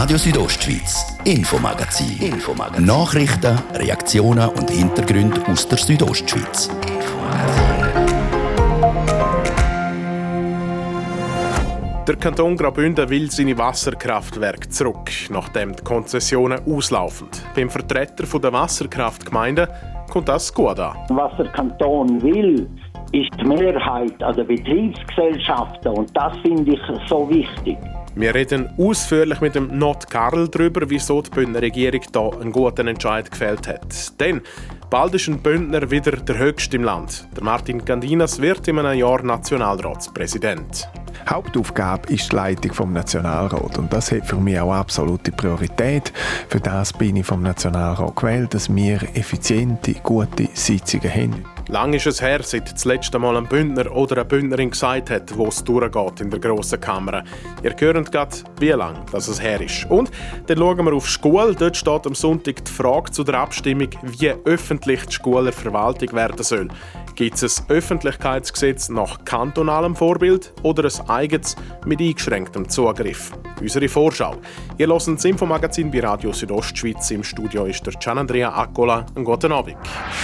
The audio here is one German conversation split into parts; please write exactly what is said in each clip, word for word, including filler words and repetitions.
Radio Südostschweiz, Infomagazin. Infomagazin. Nachrichten, Reaktionen und Hintergründe aus der Südostschweiz. Der Kanton Graubünden will seine Wasserkraftwerke zurück, nachdem die Konzessionen auslaufen. Beim Vertreter der Wasserkraftgemeinden kommt das gut an. Was der Kanton will, ist die Mehrheit an den Betriebsgesellschaften, und das finde ich so wichtig. Wir reden ausführlich mit dem Not Karl darüber, wieso die Bündner Regierung da einen guten Entscheid gefällt hat. Denn bald ist ein Bündner wieder der Höchste im Land. Der Martin Gandinas wird in einem Jahr Nationalratspräsident. Hauptaufgabe ist die Leitung vom Nationalrat, und das hat für mich auch absolute Priorität. Für das bin ich vom Nationalrat gewählt, dass wir effiziente, gute Sitzungen haben. Lang ist es her, seit das letzte Mal ein Bündner oder eine Bündnerin gesagt hat, wo es durchgeht in der grossen Kammer. Ihr hört gerade, wie lange das es her ist. Und dann schauen wir auf die Schule. Dort steht am Sonntag die Frage zu der Abstimmung, wie öffentlich die Schule Verwaltung werden soll. Gibt es ein Öffentlichkeitsgesetz nach kantonalem Vorbild oder ein eigenes mit eingeschränktem Zugriff? Unsere Vorschau. Ihr hört das Infomagazin bei Radio Südostschweiz. Im Studio ist der Gianandrea Accola. Einen guten Abend.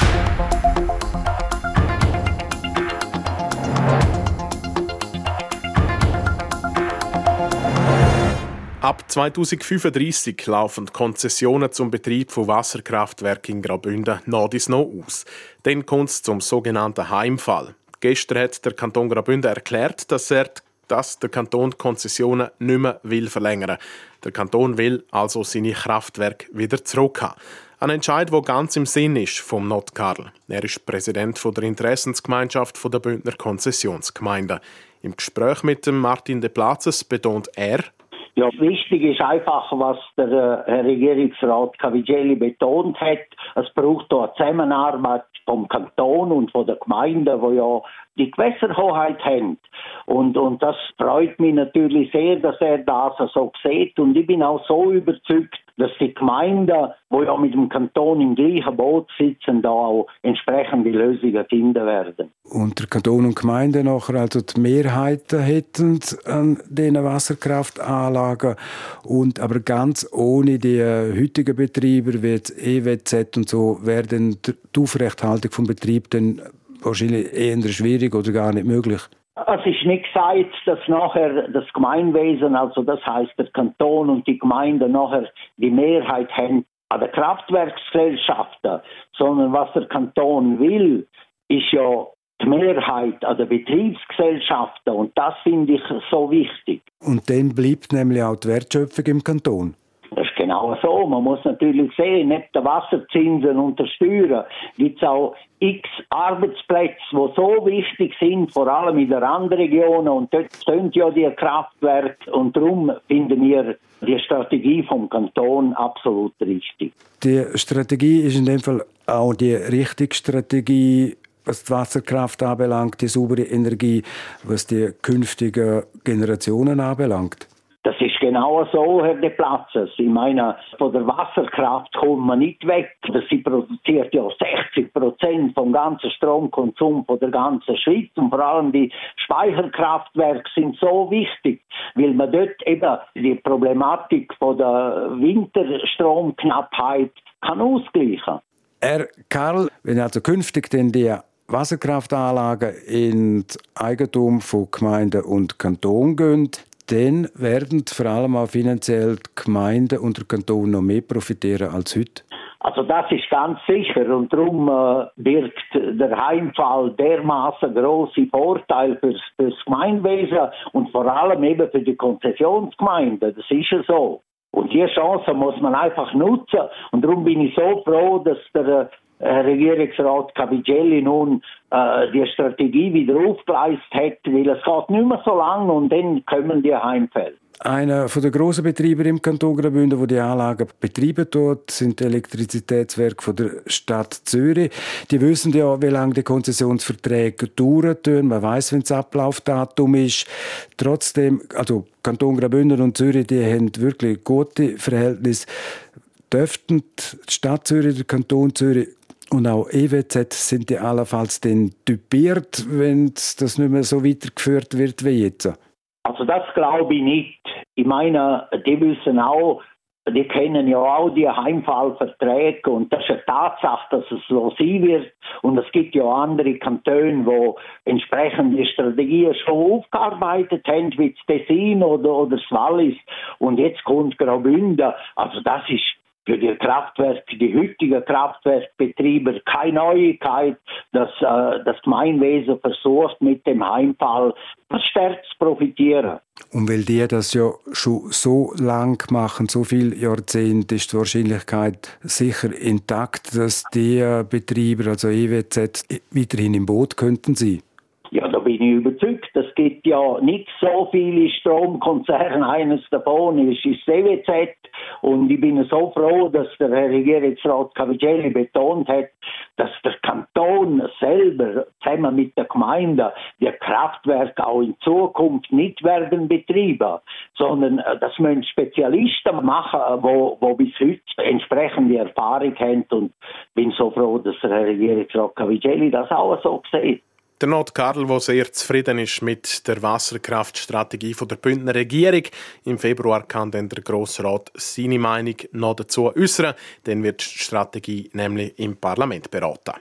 Ab zweitausendfünfunddreissig laufen Konzessionen zum Betrieb von Wasserkraftwerken in Graubünden noch dies noch aus. Dann kommt es zum sogenannten Heimfall. Gestern hat der Kanton Graubünden erklärt, dass er dass der Kanton die Konzessionen nicht mehr will verlängern will. Der Kanton will also seine Kraftwerke wieder zurückhaben. Ein Entscheid, der ganz im Sinn ist vom Not Karl. Er ist Präsident der Interessensgemeinschaft der Bündner Konzessionsgemeinden. Im Gespräch mit Martin de Plazes betont er: Ja, wichtig ist einfach, was der äh, Herr Regierungsrat Cavigelli betont hat. Es braucht hier eine Zusammenarbeit vom Kanton und von der Gemeinde, die ja die Gewässerhoheit haben. Und, und das freut mich natürlich sehr, dass er das so sieht. Und ich bin auch so überzeugt, dass die Gemeinden, die ja mit dem Kanton im gleichen Boot sitzen, da auch entsprechende Lösungen finden werden. Und der Kanton und die Gemeinden nachher also die Mehrheiten hätten an diesen Wasserkraftanlagen, und aber ganz ohne die heutigen Betreiber wie das E W Z und so wäre dann die Aufrechterhaltung vom Betrieb dann wahrscheinlich eher schwierig oder gar nicht möglich. Es ist nicht gesagt, dass nachher das Gemeinwesen, also das heisst der Kanton und die Gemeinden nachher die Mehrheit haben an den Kraftwerksgesellschaften, sondern was der Kanton will, ist ja die Mehrheit an den Betriebsgesellschaften, und das finde ich so wichtig. Und dann bleibt nämlich auch die Wertschöpfung im Kanton. Das ist genau so. Man muss natürlich sehen, neben den Wasserzinsen und der Steuern gibt es auch x Arbeitsplätze, die so wichtig sind, vor allem in den Randregionen. Und dort stehen ja die Kraftwerke. Und darum finden wir die Strategie vom Kanton absolut richtig. Die Strategie ist in dem Fall auch die richtige Strategie, was die Wasserkraft anbelangt, die saubere Energie, was die künftigen Generationen anbelangt. Das ist genau so, Herr de Plazes. Ich meine, von der Wasserkraft kommt man nicht weg. Sie produziert ja sechzig Prozent vom ganzen Stromkonsum von der ganzen Schweiz. Und vor allem die Speicherkraftwerke sind so wichtig, weil man dort eben die Problematik von der Winterstromknappheit kann ausgleichen kann. Herr Karl, wenn also künftig denn die Wasserkraftanlagen in das Eigentum von Gemeinden und Kanton gehen, dann werden vor allem auch finanziell die Gemeinden und der Kanton noch mehr profitieren als heute. Also das ist ganz sicher, und darum äh, birgt der Heimfall dermaßen grosse Vorteile fürs, fürs Gemeinwesen und vor allem eben für die Konzessionsgemeinden. Das ist ja so. Und diese Chance muss man einfach nutzen. Und darum bin ich so froh, dass der Herr Regierungsrat Cavigelli nun äh, die Strategie wieder aufgeleistet hat, weil es geht nicht mehr so lange und dann kommen die Heimfälle. Einer der grossen Betreiber im Kanton Graubünden, der die Anlagen betreiben dort, sind die Elektrizitätswerke von der Stadt Zürich. Die wissen ja, wie lange die Konzessionsverträge dauern. Man weiss, wenn das Ablaufdatum ist. Trotzdem, also Kanton Graubünden und Zürich, die haben wirklich gute Verhältnisse. Dürften die Stadt Zürich, der Kanton Zürich und auch E W Z sind die allenfalls dann typiert, wenn das nicht mehr so weitergeführt wird wie jetzt? Also das glaube ich nicht. Ich meine, die wissen auch, die kennen ja auch die Heimfallverträge und das ist eine Tatsache, dass es so sein wird. Und es gibt ja andere Kantone, die entsprechende Strategien schon aufgearbeitet haben, wie das Tessin oder, oder das Wallis. Und jetzt kommt Graubünden. Also das ist für die Kraftwerke, die heutigen Kraftwerkbetreiber keine Neuigkeit, dass äh, das Gemeinwesen versucht, mit dem Heimfall verstärkt zu profitieren. Und weil die das ja schon so lang machen, so viele Jahrzehnte, ist die Wahrscheinlichkeit sicher intakt, dass die Betreiber, also E W Z, weiterhin im Boot könnten sein. Ja, da bin ich überzeugt. Es gibt ja nicht so viele Stromkonzerne. Eines davon ist das E W Z. Und ich bin so froh, dass der Herr Regierungsrat Cavigeli betont hat, dass der Kanton selber zusammen mit der Gemeinde die Kraftwerke auch in Zukunft nicht werden betreiben, sondern das müssen Spezialisten machen, wo, wo bis heute entsprechende Erfahrung haben. Und bin so froh, dass der Herr Regierungsrat Cavigeli das auch so sieht. Der Not Karl, der sehr zufrieden ist mit der Wasserkraftstrategie der Bündner Regierung. Im Februar kann dann der Grosse Rat seine Meinung noch dazu äußern. Dann wird die Strategie nämlich im Parlament beraten.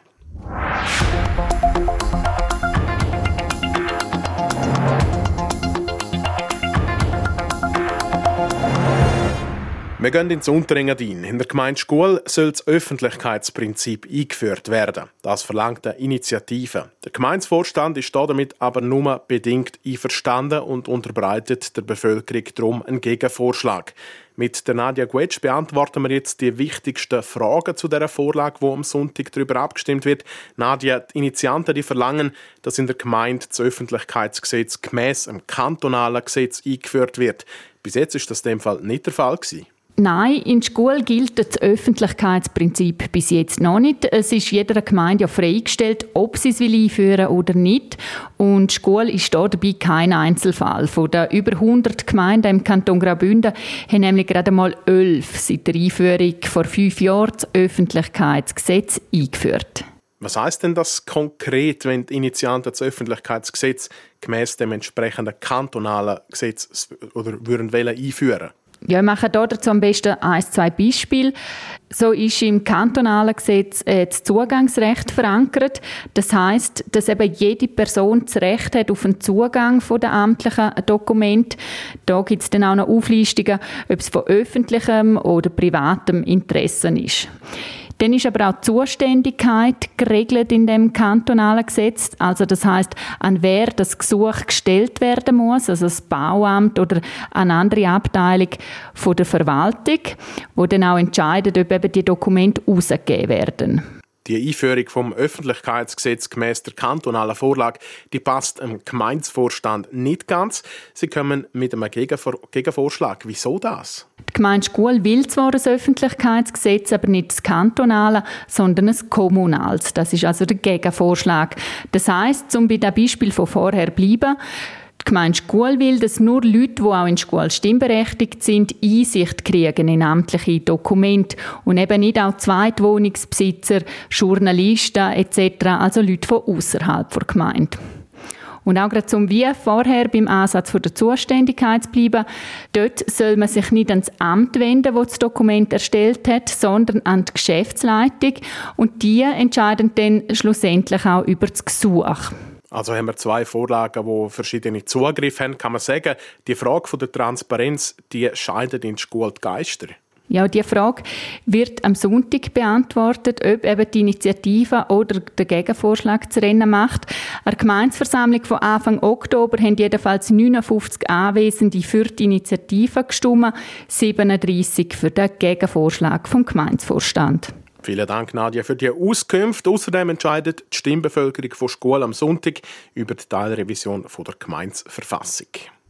Wir gehen ins Unterengadin. In der Gemeinde Scuol soll das Öffentlichkeitsprinzip eingeführt werden. Das verlangt eine Initiative. Der Gemeindevorstand ist damit aber nur bedingt einverstanden und unterbreitet der Bevölkerung darum einen Gegenvorschlag. Mit der Nadia Guetsch beantworten wir jetzt die wichtigsten Fragen zu dieser Vorlage, wo am Sonntag darüber abgestimmt wird. Nadia, die Initianten die verlangen, dass in der Gemeinde das Öffentlichkeitsgesetz gemäss dem kantonalen Gesetz eingeführt wird. Bis jetzt ist das in dem Fall nicht der Fall gewesen. Nein, in Scuol gilt das Öffentlichkeitsprinzip bis jetzt noch nicht. Es ist jeder Gemeinde ja freigestellt, ob sie es will einführen oder nicht. Und Scuol ist da dabei kein Einzelfall. Von den über hundert Gemeinden im Kanton Graubünden haben nämlich gerade mal elf seit der Einführung vor fünf Jahren das Öffentlichkeitsgesetz eingeführt. Was heisst denn das konkret, wenn die Initianten das Öffentlichkeitsgesetz gemäss dem entsprechenden kantonalen Gesetz oder würden wollen einführen? Ja, wir machen hier dazu am besten ein, zwei Beispiele. So ist im kantonalen Gesetz das Zugangsrecht verankert. Das heisst, dass eben jede Person das Recht hat auf einen Zugang von den amtlichen Dokumenten. Da gibt es dann auch noch Auflistungen, ob es von öffentlichem oder privatem Interesse ist. Dann ist aber auch die Zuständigkeit geregelt in dem kantonalen Gesetz. Also das heisst, an wer das Gesuch gestellt werden muss, also das Bauamt oder eine andere Abteilung von der Verwaltung, wo dann auch entscheidet, ob eben die Dokumente herausgegeben werden. Die Einführung vom Öffentlichkeitsgesetz gemäss der kantonalen Vorlage, die passt dem Gemeindevorstand nicht ganz. Sie kommen mit einem Gegenvor- Gegenvorschlag. Wieso das? Die Gemeinde Scuol will zwar ein Öffentlichkeitsgesetz, aber nicht das kantonale, sondern ein kommunales. Das ist also der Gegenvorschlag. Das heisst, um bei dem Beispiel von vorher zu bleiben, die Gemeinde Scuol will, dass nur Leute, die auch in Scuol stimmberechtigt sind, Einsicht kriegen in amtliche Dokumente und eben nicht auch Zweitwohnungsbesitzer, Journalisten et cetera, also Leute von außerhalb der Gemeinde. Und auch gerade zum wie vorher beim Ansatz der Zuständigkeit zu bleiben, dort soll man sich nicht ans Amt wenden, das das Dokument erstellt hat, sondern an die Geschäftsleitung und die entscheiden dann schlussendlich auch über das Gesuch. Also haben wir zwei Vorlagen, die verschiedene Zugriffe haben. Kann man sagen, die Frage der Transparenz, die scheidet in Scuol die Geister? Ja, diese Frage wird am Sonntag beantwortet, ob eben die Initiative oder der Gegenvorschlag zu Rennen macht. Eine Gemeindeversammlung von Anfang Oktober haben jedenfalls neunundfünfzig Anwesende für die Initiative gestimmt, siebenunddreissig für den Gegenvorschlag vom Gemeindevorstand. Vielen Dank, Nadia, für die Auskünfte. Außerdem entscheidet die Stimmbevölkerung von Scuol am Sonntag über die Teilrevision der Gemeindeverfassung.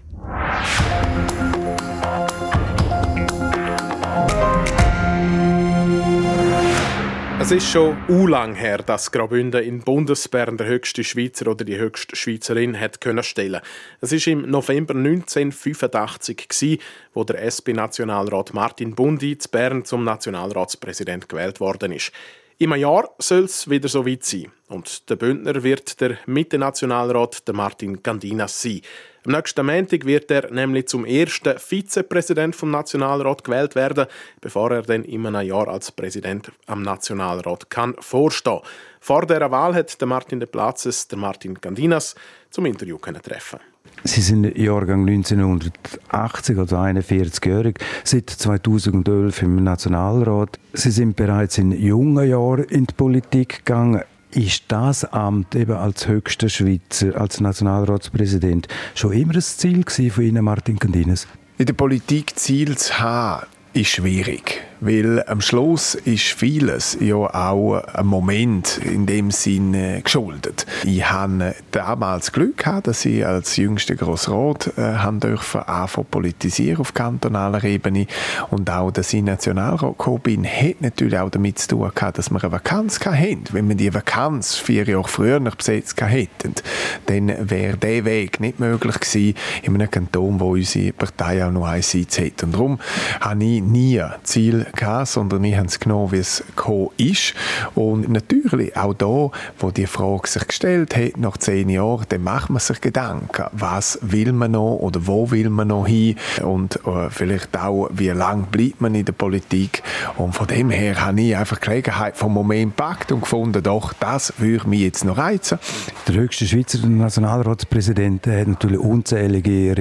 Es ist schon u lang her, dass Graubünden in Bundesbern der höchste Schweizer oder die höchste Schweizerin hat können stellen. Es war im November neunzehnhundertfünfundachtzig, wo der S P-Nationalrat Martin Bundi zu Bern zum Nationalratspräsident gewählt worden ist. Im Jahr soll es wieder so weit sein. Und der Bündner wird der Mitte-Nationalrat, der Martin Gandinas, sein. Am nächsten Montag wird er nämlich zum ersten Vizepräsident vom Nationalrat gewählt werden, bevor er dann in einem Jahr als Präsident am Nationalrat kann vorstehen. Vor dieser Wahl hat Martin de Platzes der Martin Gandinas zum Interview treffen. Sie sind Jahrgang neunzehnhundertachtzig, also einundvierzig-jährig, seit zweitausendelf im Nationalrat. Sie sind bereits in jungen Jahren in die Politik gegangen. Ist das Amt eben als höchster Schweizer, als Nationalratspräsident, schon immer ein Ziel von Ihnen, Martin Gandinas? In der Politik Ziel zu haben, ist schwierig. Weil am Schluss ist vieles ja auch ein Moment in dem Sinne geschuldet. Ich hatte damals Glück gehabt, dass ich als jüngster Grossrat äh, haben dürfen anfangen politisieren auf kantonaler Ebene, und auch, dass ich Nationalrat gekommen bin, hat natürlich auch damit zu tun gehabt, dass wir eine Vakanz hatten. Wenn wir die Vakanz vier Jahre früher noch besetzt hätten, dann wäre dieser Weg nicht möglich gewesen in einem Kanton, wo unsere Partei auch nur einen Sitz hat. Und darum habe ich nie Ziel gehabt, sondern wir haben es genommen, wie es gekommen ist. Und natürlich auch da, wo die Frage sich gestellt hat, nach zehn Jahren, dann macht man sich Gedanken, was will man noch oder wo will man noch hin, und äh, vielleicht auch, wie lange bleibt man in der Politik. Und von dem her habe ich einfach die Gelegenheit vom Moment gepackt und gefunden, doch, das würde mich jetzt noch reizen. Der höchste Schweizer Nationalratspräsident hat natürlich unzählige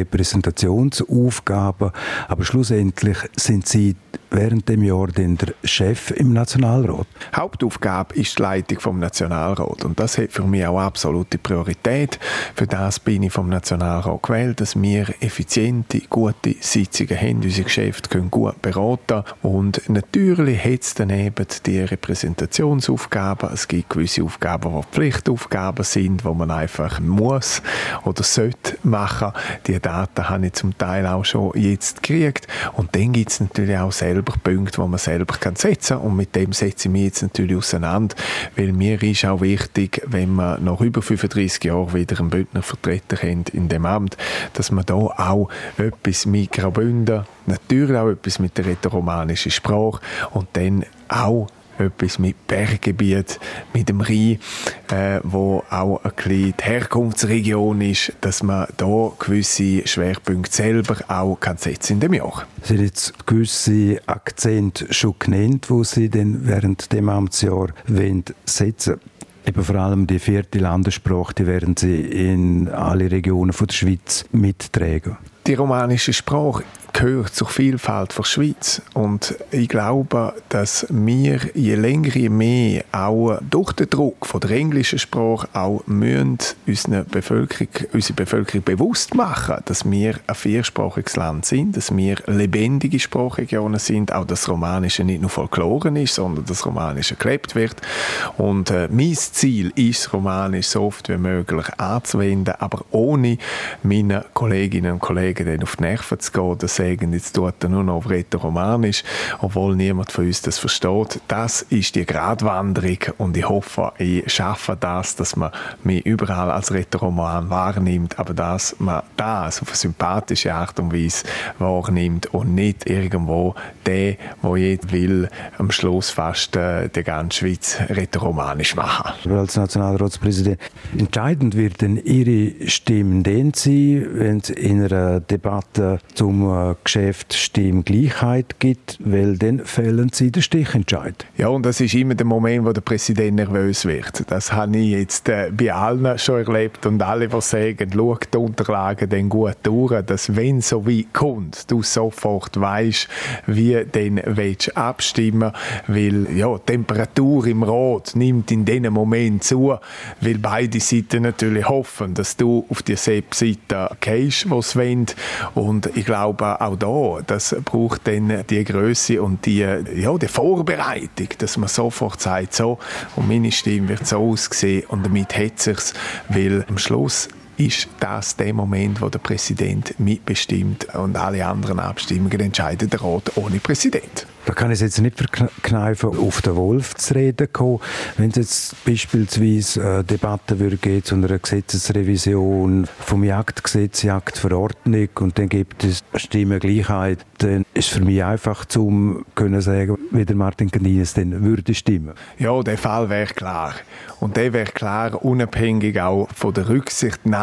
Repräsentationsaufgaben, aber schlussendlich sind Sie während dem Jahr dann der Chef im Nationalrat. Hauptaufgabe ist die Leitung vom Nationalrat, und das hat für mich auch absolute Priorität. Für das bin ich vom Nationalrat gewählt, dass wir effiziente, gute Sitzungen haben, unsere Geschäfte können gut beraten, und natürlich hat es dann eben die Repräsentationsaufgaben. Es gibt gewisse Aufgaben, die Pflichtaufgaben sind, die man einfach muss oder sollte machen. Die Daten habe ich zum Teil auch schon jetzt gekriegt, und dann gibt es natürlich auch selber Punkte, die man selber kann setzen kann, und mit dem setze ich mich jetzt natürlich auseinander, weil mir ist auch wichtig, wenn man nach über fünfunddreissig Jahren wieder einen Bündner Vertreter kennt in dem Amt, dass man da auch etwas mit Graubünden, natürlich auch etwas mit der rätoromanischen Sprache, und dann auch etwas mit Berggebiet, mit dem Rhein, äh, wo auch ein bisschen die Herkunftsregion ist, dass man da gewisse Schwerpunkte selber auch kann setzen in dem Jahr. Sie haben jetzt gewisse Akzente schon genannt, die Sie dann während dem Amtsjahr setzen wollen. Eben vor allem die vierte Landessprache, die werden Sie in alle Regionen von der Schweiz mittragen. Die romanische Sprache gehört zur Vielfalt der Schweiz, und ich glaube, dass wir je länger je mehr auch durch den Druck von der englischen Sprache auch müssen unsere Bevölkerung, unsere Bevölkerung bewusst machen, dass wir ein viersprachiges Land sind, dass wir lebendige Sprachregionen sind, auch das Romanische nicht nur Folklore ist, sondern das Romanische gelebt wird. Und äh, mein Ziel ist, Romanisch so oft wie möglich anzuwenden, aber ohne meinen Kolleginnen und Kollegen dann auf die Nerven zu gehen, dass sagen, jetzt tut er nur noch auf Rätoromanisch, obwohl niemand von uns das versteht. Das ist die Gratwanderung, und ich hoffe, ich schaffe das, dass man mich überall als Rätoroman wahrnimmt, aber dass man das auf eine sympathische Art und Weise wahrnimmt und nicht irgendwo der, der jetzt will, am Schluss fast äh, die ganze Schweiz rätoromanisch machen. Als Nationalratspräsident entscheidend wird denn Ihre Stimme denn sein, wenn es in einer Debatte zum Geschäft Stimmgleichheit gibt, weil dann fällen Sie den Stichentscheid. Ja, und das ist immer der Moment, wo der Präsident nervös wird. Das habe ich jetzt äh, bei allen schon erlebt, und alle, die sagen, schau die Unterlagen dann gut durch, dass wenn so weit kommt, du sofort weißt, wie dann willst abstimmen, weil ja, die Temperatur im Rat nimmt in diesem Moment zu, weil beide Seiten natürlich hoffen, dass du auf die Seite gehst, die es wollen. Und ich glaube, auch da, das braucht dann die Grösse und die, ja, die Vorbereitung, dass man sofort sagt, so, und meine Stimme wird so aussehen, und damit hat es sich, weil am Schluss ist das der Moment, wo der Präsident mitbestimmt, und alle anderen Abstimmungen entscheidet der Rat ohne Präsident. Da kann ich es jetzt nicht verkneifen, auf den Wolf zu reden kommen. Wenn es jetzt beispielsweise eine Debatte würde gehen zu einer Gesetzesrevision vom Jagdgesetz, Jagdverordnung, und dann gibt es Stimmengleichheit, dann ist es für mich einfach zu können sagen, wie der Martin Gandinas dann würde stimmen. Ja, der Fall wäre klar. Und der wäre klar, unabhängig auch von der Rücksichtnahme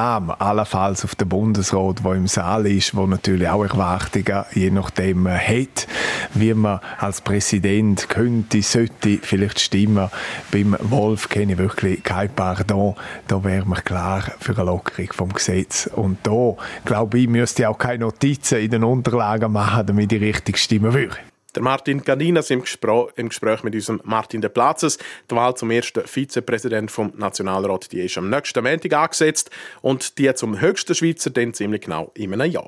Name, allenfalls auf den Bundesrat, der im Saal ist, der natürlich auch Erwartungen je nachdem hat, wie man als Präsident könnte, sollte vielleicht stimmen. Beim Wolf kenne ich wirklich kein Pardon. Da wäre man klar für eine Lockerung vom Gesetz. Und da, glaube ich, müsste ich auch keine Notizen in den Unterlagen machen, damit ich richtig stimmen würde. Der Martin Candinas im Gespräch, im Gespräch mit unserem Martin de Platzes. Die Wahl zum ersten Vizepräsidenten vom Nationalrat, die ist am nächsten Montag angesetzt und die zum höchsten Schweizer dann ziemlich genau in einem Jahr.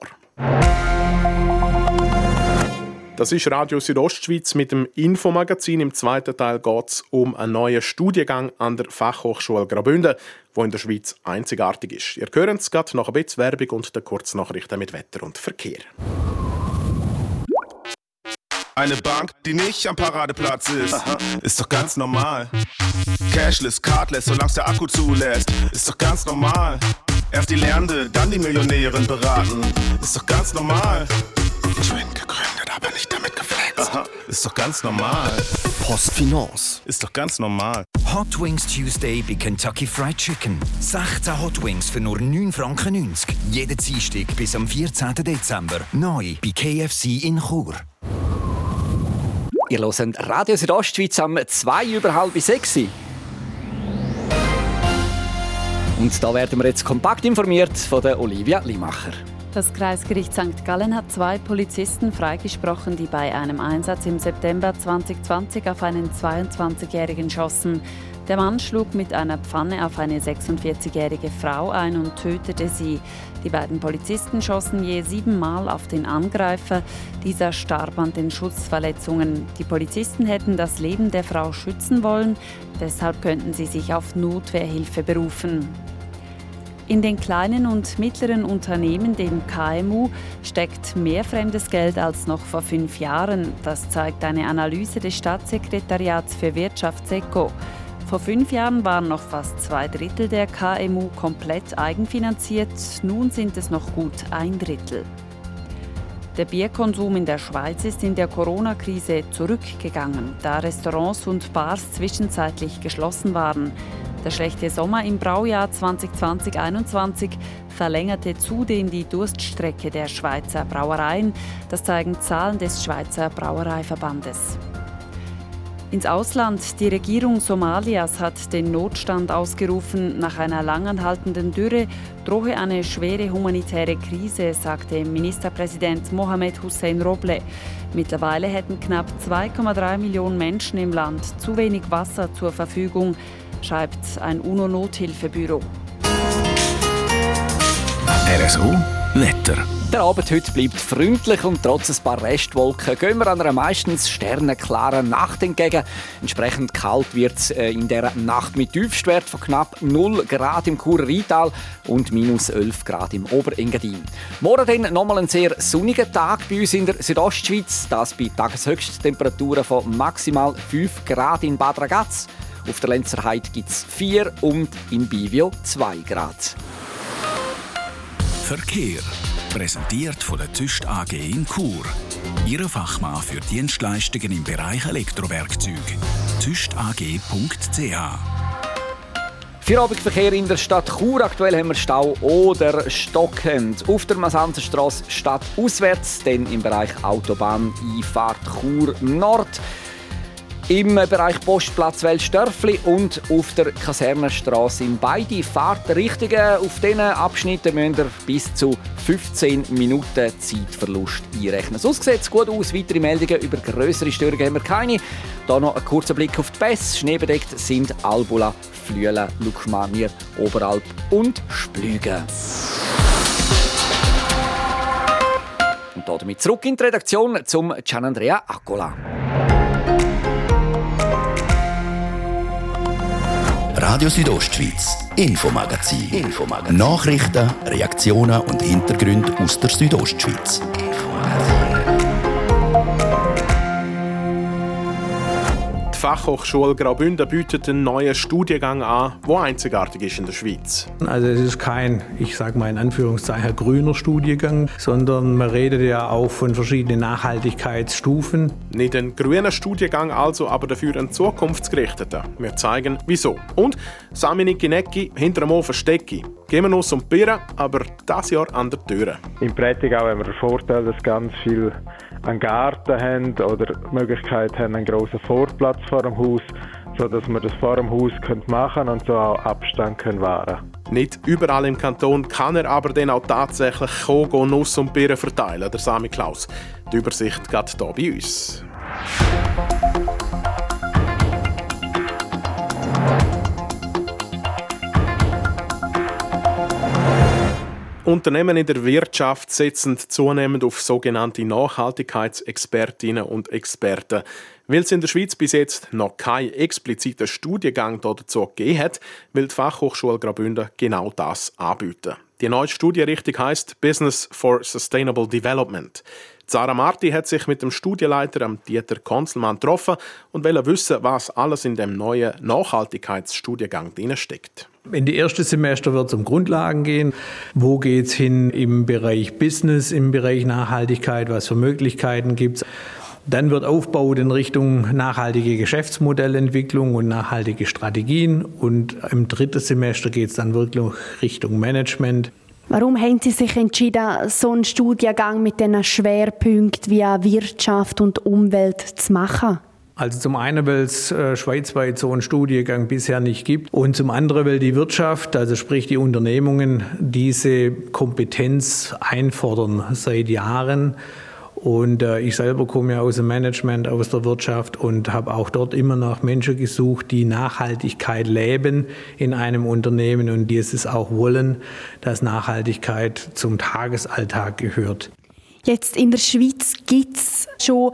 Das ist Radio Südostschweiz mit dem Infomagazin. Im zweiten Teil geht es um einen neuen Studiengang an der Fachhochschule Graubünden, der in der Schweiz einzigartig ist. Ihr hört es gerade nach ein bisschen Werbung und den Kurznachrichten mit Wetter und Verkehr. Eine Bank, die nicht am Paradeplatz ist, aha, ist doch ganz normal. Cashless, cardless, solange der Akku zulässt, ist doch ganz normal. Erst die Lernende, dann die Millionärin beraten, ist doch ganz normal. Twin gegründet, aber nicht damit geflext, aha, ist doch ganz normal. PostFinance ist doch ganz normal. Hot Wings Tuesday bei Kentucky Fried Chicken. sechzehn Hot Wings für nur neun Franken neunzig. Jeden Dienstag bis am vierzehnten Dezember. Neu bei K F C in Chur. Ihr hört Radio Südostschweiz am zwei über halb sechs. Und da werden wir jetzt kompakt informiert von der Olivia Limacher. Das Kreisgericht Sankt Gallen hat zwei Polizisten freigesprochen, die bei einem Einsatz im September zwanzig zwanzig auf einen zweiundzwanzigjährigen schossen. Der Mann schlug mit einer Pfanne auf eine sechsundvierzigjährige Frau ein und tötete sie. Die beiden Polizisten schossen je siebenmal auf den Angreifer. Dieser starb an den Schussverletzungen. Die Polizisten hätten das Leben der Frau schützen wollen. Deshalb könnten sie sich auf Notwehrhilfe berufen. In den kleinen und mittleren Unternehmen, dem K M U, steckt mehr fremdes Geld als noch vor fünf Jahren. Das zeigt eine Analyse des Staatssekretariats für Wirtschaft SECO. Vor fünf Jahren waren noch fast zwei Drittel der K M U komplett eigenfinanziert. Nun sind es noch gut ein Drittel. Der Bierkonsum in der Schweiz ist in der Corona-Krise zurückgegangen, da Restaurants und Bars zwischenzeitlich geschlossen waren. Der schlechte Sommer im Braujahr zwanzig zwanzig einundzwanzig verlängerte zudem die Durststrecke der Schweizer Brauereien. Das zeigen Zahlen des Schweizer Brauereiverbandes. Ins Ausland. Die Regierung Somalias hat den Notstand ausgerufen. Nach einer langanhaltenden Dürre drohe eine schwere humanitäre Krise, sagte Ministerpräsident Mohamed Hussein Roble. Mittlerweile hätten knapp zwei Komma drei Millionen Menschen im Land zu wenig Wasser zur Verfügung, schreibt ein UNO-Nothilfebüro. R S O Wetter. Der Abend heute bleibt freundlich und trotz ein paar Restwolken gehen wir einer meistens sternenklaren Nacht entgegen. Entsprechend kalt wird es in dieser Nacht mit Tiefstwert von knapp null Grad im Churer Rheintal und minus elf Grad im Oberengadin. Morgen dann nochmal ein sehr sonniger Tag bei uns in der Südostschweiz. Das bei Tageshöchsttemperaturen von maximal fünf Grad in Bad Ragaz. Auf der Lenzerheide gibt es vier und in Bivio zwei Grad. Verkehr. Präsentiert von der Tüst A G in Chur. Ihre Fachmann für Dienstleistungen im Bereich Elektrowerkzeug. tüst a g punkt c h. Feierabendverkehr in der Stadt Chur. Aktuell haben wir Stau oder stockend. Auf der Masanzerstrasse stadtauswärts, dann im Bereich Autobahneinfahrt Chur Nord. Im Bereich Postplatz Welsdörfli und auf der Kasernenstrasse in beide Fahrtrichtungen. Auf diesen Abschnitten müsst ihr bis zu fünfzehn Minuten Zeitverlust einrechnen. Sonst sieht es gut aus. Weitere Meldungen über grössere Störungen haben wir keine. Hier noch ein kurzer Blick auf die Pässe. Schneebedeckt sind Albula, Flüelen, Lukmanier, Oberalp und Splügen. Und damit zurück in die Redaktion zum Gianandrea Accola. Radio Südostschweiz, Infomagazin. Infomagazin. Nachrichten, Reaktionen und Hintergründe aus der Die Fachhochschule Graubünden bietet einen neuen Studiengang an, der einzigartig ist in der Schweiz. Also es ist kein, ich sage mal in Anführungszeichen, grüner Studiengang, sondern man redet ja auch von verschiedenen Nachhaltigkeitsstufen. Nicht ein grüner Studiengang also, aber dafür ein zukunftsgerichteter. Wir zeigen, wieso. Und Samini Ginecki hinter dem Ofen Stecki. Gehen wir uns um die Birne, aber dieses Jahr an der Tür. Im Prättigau haben wir den Vorteil, dass ganz viel einen Garten haben oder die Möglichkeit haben, einen grossen Vorplatz vor dem Haus, sodass wir das vor dem Haus machen können und so auch Abstand können wahren. Nicht überall im Kanton kann er aber dann auch tatsächlich kommen, Nuss und Birnen verteilen, der Sami Klaus. Die Übersicht geht hier bei uns. Unternehmen in der Wirtschaft setzen zunehmend auf sogenannte Nachhaltigkeitsexpertinnen und Experten. Weil es in der Schweiz bis jetzt noch keinen expliziten Studiengang dazu gegeben hat, will die Fachhochschule Graubünden genau das anbieten. Die neue Studienrichtung heisst Business for Sustainable Development. Sarah Marti hat sich mit dem Studienleiter Dieter Konzelmann getroffen und wollte wissen, was alles in dem neuen Nachhaltigkeitsstudiengang drinsteckt. In die ersten Semester wird es um Grundlagen gehen. Wo geht es hin im Bereich Business, im Bereich Nachhaltigkeit, was für Möglichkeiten gibt es? Dann wird aufgebaut in Richtung nachhaltige Geschäftsmodellentwicklung und nachhaltige Strategien. Und im dritten Semester geht es dann wirklich Richtung Management. Warum haben Sie sich entschieden, so einen Studiengang mit diesen Schwerpunkten wie Wirtschaft und Umwelt zu machen? Also zum einen, weil es äh, schweizweit so einen Studiengang bisher nicht gibt und zum anderen, weil die Wirtschaft, also sprich die Unternehmungen, diese Kompetenz einfordern seit Jahren. Und äh, ich selber komme ja aus dem Management, aus der Wirtschaft und habe auch dort immer nach Menschen gesucht, die Nachhaltigkeit leben in einem Unternehmen und die es auch wollen, dass Nachhaltigkeit zum Tagesalltag gehört. Jetzt in der Schweiz gibt es schon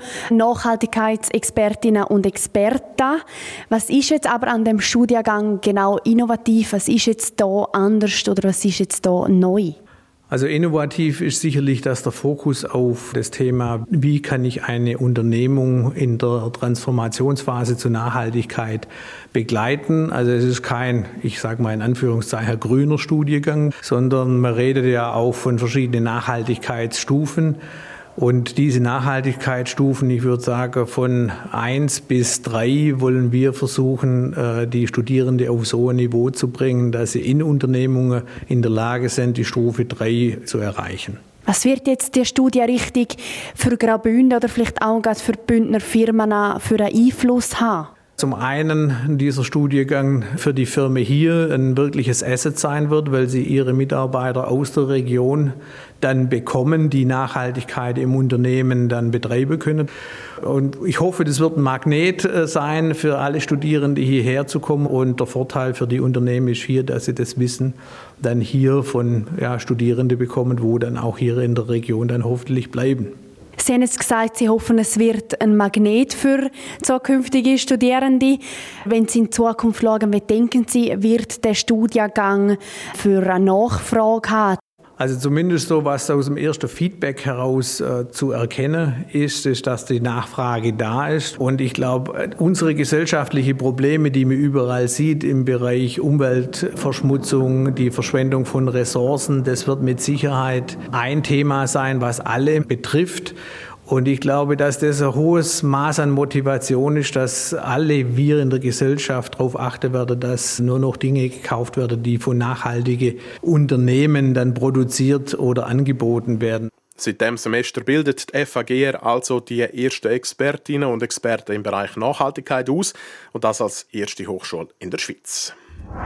Nachhaltigkeitsexpertinnen und Experten. Was ist jetzt aber an dem Studiengang genau innovativ? Was ist jetzt da anders oder was ist jetzt da neu? Also innovativ ist sicherlich, dass der Fokus auf das Thema, wie kann ich eine Unternehmung in der Transformationsphase zur Nachhaltigkeit begleiten. Also es ist kein, ich sage mal in Anführungszeichen, grüner Studiengang, sondern man redet ja auch von verschiedenen Nachhaltigkeitsstufen. Und diese Nachhaltigkeitsstufen, ich würde sagen, von eins bis drei wollen wir versuchen, die Studierenden auf so ein Niveau zu bringen, dass sie in Unternehmungen in der Lage sind, die Stufe drei zu erreichen. Was wird jetzt die Studienrichtung für Graubünden oder vielleicht auch für die Bündner Firmen für einen Einfluss haben? Zum einen dieser Studiengang für die Firma hier ein wirkliches Asset sein wird, weil sie ihre Mitarbeiter aus der Region dann bekommen, die Nachhaltigkeit im Unternehmen dann betreiben können. Und ich hoffe, das wird ein Magnet sein für alle Studierende, hierher zu kommen. Und der Vorteil für die Unternehmen ist hier, dass sie das Wissen dann hier von ja, Studierenden bekommen, wo dann auch hier in der Region dann hoffentlich bleiben. Sie haben jetzt gesagt, Sie hoffen, es wird ein Magnet für zukünftige Studierende. Wenn Sie in Zukunft schauen, wie denken Sie, wird der Studiengang für eine Nachfrage haben? Also zumindest so, was aus dem ersten Feedback heraus äh, zu erkennen ist, ist, dass die Nachfrage da ist. Und ich glaube, unsere gesellschaftlichen Probleme, die man überall sieht im Bereich Umweltverschmutzung, die Verschwendung von Ressourcen, das wird mit Sicherheit ein Thema sein, was alle betrifft. Und ich glaube, dass das ein hohes Maß an Motivation ist, dass alle wir in der Gesellschaft darauf achten werden, dass nur noch Dinge gekauft werden, die von nachhaltigen Unternehmen dann produziert oder angeboten werden. Seit diesem Semester bildet die F A G R also die ersten Expertinnen und Experten im Bereich Nachhaltigkeit aus und das als erste Hochschule in der Schweiz.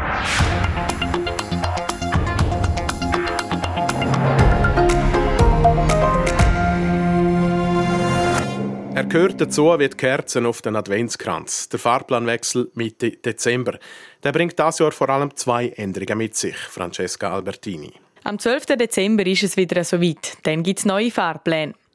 Er gehört dazu wie die Kerzen auf den Adventskranz. Der Fahrplanwechsel Mitte Dezember. Der bringt dieses Jahr vor allem zwei Änderungen mit sich. Francesca Albertini. Am zwölften Dezember ist es wieder soweit. Dann gibt es neue Fahrpläne.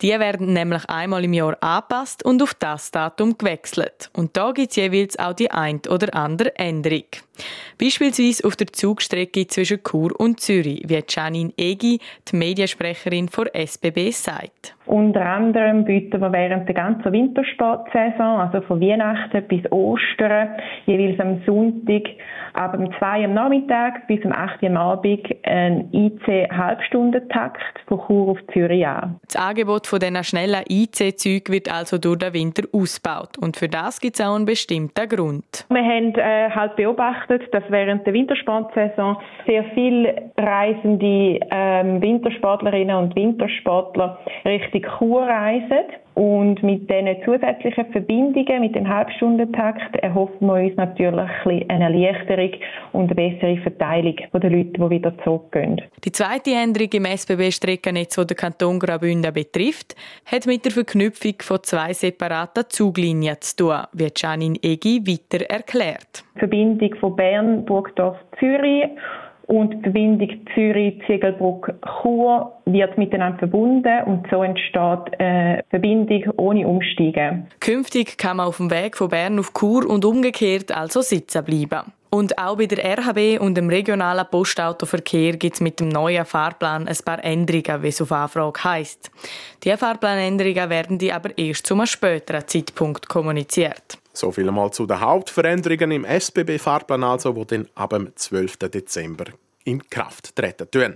Die werden nämlich einmal im Jahr angepasst und auf das Datum gewechselt. Und da gibt es jeweils auch die ein oder andere Änderung. Beispielsweise auf der Zugstrecke zwischen Chur und Zürich, wie Janine Egi, die Mediensprecherin der S B B, sagt. Unter anderem bieten wir während der ganzen Wintersportsaison, also von Weihnachten bis Ostern, jeweils am Sonntag ab dem zwei Uhr am Nachmittag bis am acht Uhr am Abend einen I C-Halbstundentakt von Chur auf Zürich an. Das Angebot von diesen schnellen I C-Zügen wird also durch den Winter ausgebaut. Und für das gibt es auch einen bestimmten Grund. Wir haben äh, halt beobachtet, dass während der Wintersportsaison sehr viele reisende ähm, Wintersportlerinnen und Wintersportler Richtung Chur reisen. Und mit diesen zusätzlichen Verbindungen, mit dem Halbstundentakt, erhoffen wir uns natürlich eine Erleichterung und eine bessere Verteilung der Leute, die wieder zurückgehen. Die zweite Änderung im S B B-Streckennetz, die den Kanton Graubünden betrifft, hat mit der Verknüpfung von zwei separaten Zuglinien zu tun, wie Janine Egi weiter erklärt. Die Verbindung von Bern, Burgdorf, Zürich und die Verbindung Zürich-Ziegelbrück-Chur wird miteinander verbunden und so entsteht eine Verbindung ohne Umsteigen. Künftig kann man auf dem Weg von Bern auf Chur und umgekehrt also sitzen bleiben. Und auch bei der R H B und dem regionalen Postautoverkehr gibt es mit dem neuen Fahrplan ein paar Änderungen, wie es auf Anfrage heisst. Diese Fahrplanänderungen werden die aber erst zu einem späteren Zeitpunkt kommuniziert. So viel einmal zu den Hauptveränderungen im S B B-Fahrplan, also, die dann ab dem zwölften Dezember in Kraft treten tun.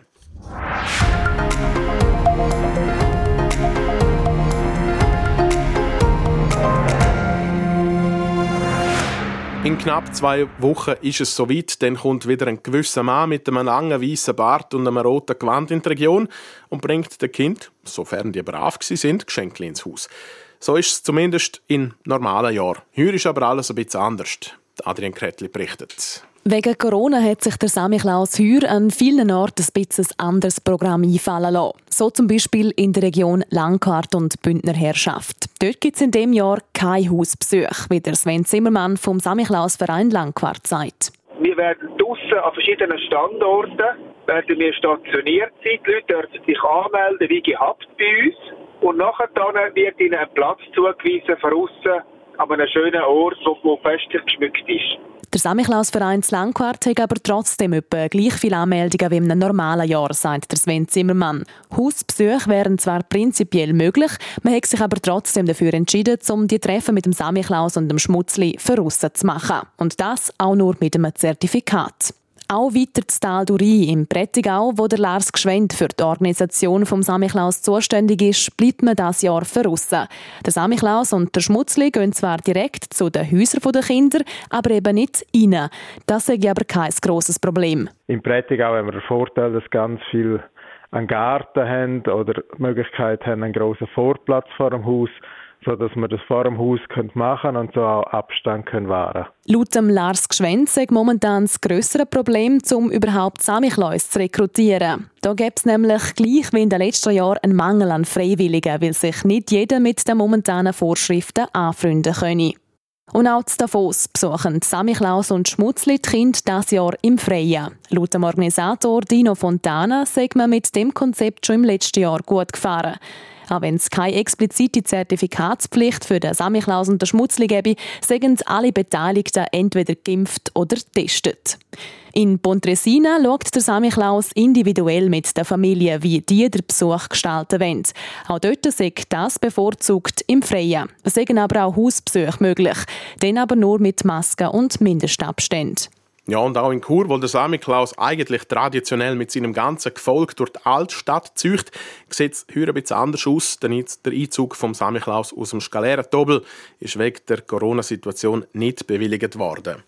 In knapp zwei Wochen ist es soweit, dann kommt wieder ein gewisser Mann mit einem langen weißen Bart und einem roten Gewand in die Region und bringt den Kind, sofern die brav sind, Geschenke ins Haus. So ist es zumindest in normalen Jahren. Hier ist aber alles ein bisschen anders. Adrian Kretli berichtet. Wegen Corona hat sich der Samichlaus heuer an vielen Orten ein bisschen ein anderes Programm einfallen lassen. So zum Beispiel in der Region Langquart und Bündner Herrschaft. Dort gibt es in diesem Jahr kein Hausbesuch, wie der Sven Zimmermann vom Samichlausverein Langquart sagt. Wir werden draussen an verschiedenen Standorten werden wir stationiert sein. Die Leute dürfen sich anmelden, wie gehabt bei uns. Und nachher wird ihnen ein Platz zugewiesen, von aussen, an einem schönen Ort, wo festlich geschmückt ist. Der Samichlausverein Langquart hat aber trotzdem etwa gleich viele Anmeldungen wie in einem normalen Jahr, sagt der Sven Zimmermann. Hausbesuche wären zwar prinzipiell möglich, man hat sich aber trotzdem dafür entschieden, um die Treffen mit dem Samichlaus und dem Schmutzli für aussen zu machen. Und das auch nur mit einem Zertifikat. Auch weiter zu Tal d'Uri im Prättigau, wo der Lars Gschwend für die Organisation vom Samichlaus zuständig ist, bleibt man dieses Jahr verrissen. Der Samichlaus und der Schmutzli gehen zwar direkt zu den Häusern der Kinder, aber eben nicht rein. Das ist aber kein grosses Problem. Im Prättigau haben wir den Vorteil, dass ganz viel einen Garten haben oder die Möglichkeit haben, einen grossen Vorplatz vor dem Haus, sodass wir das vor dem Haus machen können und so auch Abstand können wahren. Laut dem Lars Gschwend sei momentan das grössere Problem, um überhaupt Samichlaus zu rekrutieren. Da gibt es nämlich gleich wie in den letzten Jahren einen Mangel an Freiwilligen, weil sich nicht jeder mit den momentanen Vorschriften anfreunden könne. Und auch zu Davos besuchen Samichlaus und Schmutzli die Kinder dieses Jahr im Freien. Laut dem Organisator Dino Fontana sei man mit dem Konzept schon im letzten Jahr gut gefahren. Auch wenn es keine explizite Zertifikatspflicht für den Samichlaus und den Schmutzli gäbe, seien alle Beteiligten entweder geimpft oder getestet. In Pontresina schaut der Samichlaus individuell mit der Familie, wie die den Besuch gestalten wollen. Auch dort sei das bevorzugt im Freien. Es seien aber auch Hausbesuche möglich, dann aber nur mit Masken und Mindestabständen. Ja, und auch in Chur, wo der Samichlaus eigentlich traditionell mit seinem ganzen Gefolge durch die Altstadt zieht, sieht es heute ein bisschen anders aus. Der Einzug vom Samichlaus aus dem Scalera-Tobel ist wegen der Corona-Situation nicht bewilligt worden.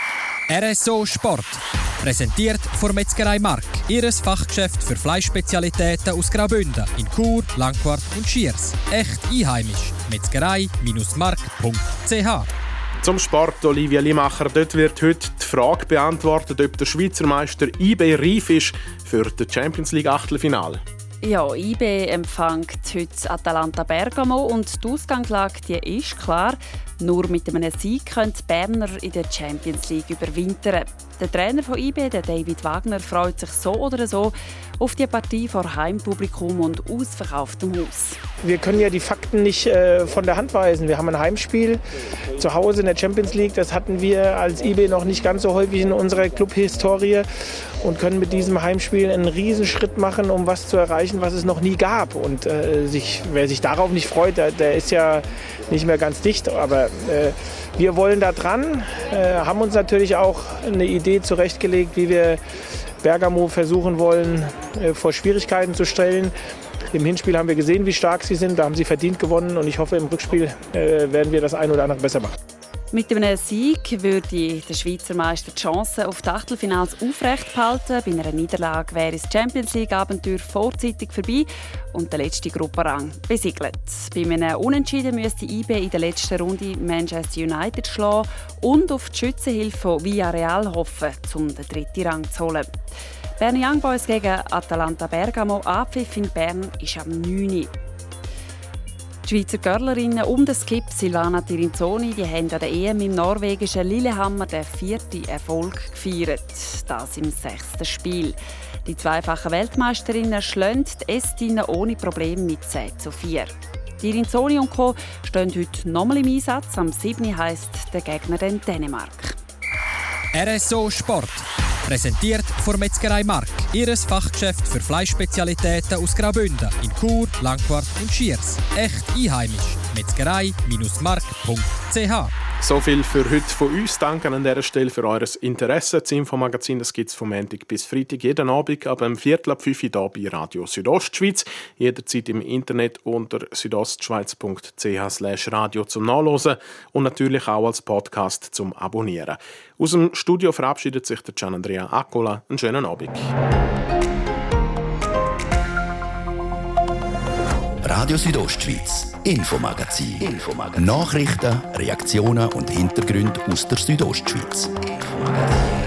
R S O Sport. Präsentiert von Metzgerei Mark. Ihres Fachgeschäft für Fleischspezialitäten aus Graubünden in Chur, Langquart und Schiers. Echt einheimisch. Metzgerei Mark punkt c h. Zum Sport, Olivia Limacher. Dort wird heute die Frage beantwortet, ob der Schweizer Meister I B reif ist für das Champions League Achtelfinale. Ja, I B empfängt heute Atalanta Bergamo und die Ausgangslage die ist klar. Nur mit einem Sieg können die Berner in der Champions League überwintern. Der Trainer von I B, der David Wagner, freut sich so oder so auf die Partie vor Heimpublikum und ausverkauftem Haus. Wir können ja die Fakten nicht äh, von der Hand weisen. Wir haben ein Heimspiel zu Hause in der Champions League. Das hatten wir als I B noch nicht ganz so häufig in unserer Clubhistorie und können mit diesem Heimspiel einen Riesenschritt machen, um was zu erreichen, was es noch nie gab. Und äh, sich, wer sich darauf nicht freut, der, der ist ja nicht mehr ganz dicht. Aber äh, wir wollen da dran, äh, haben uns natürlich auch eine Idee zurechtgelegt, wie wir Bergamo versuchen wollen, äh, vor Schwierigkeiten zu stellen. Im Hinspiel haben wir gesehen, wie stark sie sind. Da haben sie verdient gewonnen. Und ich hoffe, im Rückspiel äh, werden wir das ein oder andere besser machen. Mit einem Sieg würde der Schweizer Meister die Chance auf die Achtelfinals aufrecht behalten. Bei einer Niederlage wäre das Champions League-Abenteuer vorzeitig vorbei und der letzte Gruppenrang besiegelt. Bei einem Unentschieden müsste I B in der letzten Runde Manchester United schlagen und auf die Schützenhilfe von Villarreal hoffen, um den dritten Rang zu holen. Bern Young Boys gegen Atalanta Bergamo. Anpfiff in Bern ist am neun Uhr. Die Schweizer Görlerinnen um den Skip Silvana Tirinzoni die haben an der E M im norwegischen Lillehammer den vierten Erfolg gefeiert. Das im sechsten Spiel. Die zweifachen Weltmeisterinnen schlagen die Estinnen ohne Probleme mit zehn zu vier. Tirinzoni und Co. stehen heute nochmal im Einsatz. Am siebten heisst der Gegner dann Dänemark. R S O Sport. Präsentiert von Metzgerei Mark. Ihres Fachgeschäft für Fleischspezialitäten aus Graubünden in Chur, Langquart und Schiers. Echt einheimisch. Metzgerei Mark punkt c h. So viel für heute von uns. Danke an dieser Stelle für euer Interesse. Das Infomagazin gibt es vom Montag bis Freitag jeden Abend ab dem Viertel ab fünf Uhr hier bei Radio Südostschweiz. Jederzeit im Internet unter südostschweiz punkt c h slash radio zum Nachlesen und natürlich auch als Podcast zum Abonnieren. Aus dem Studio verabschiedet sich der Gian Andrea Accola. Einen schönen Abend. Radio Südostschweiz, Infomagazin. Infomagazin. Nachrichten, Reaktionen und Hintergründe aus der Südostschweiz. Infomagazin.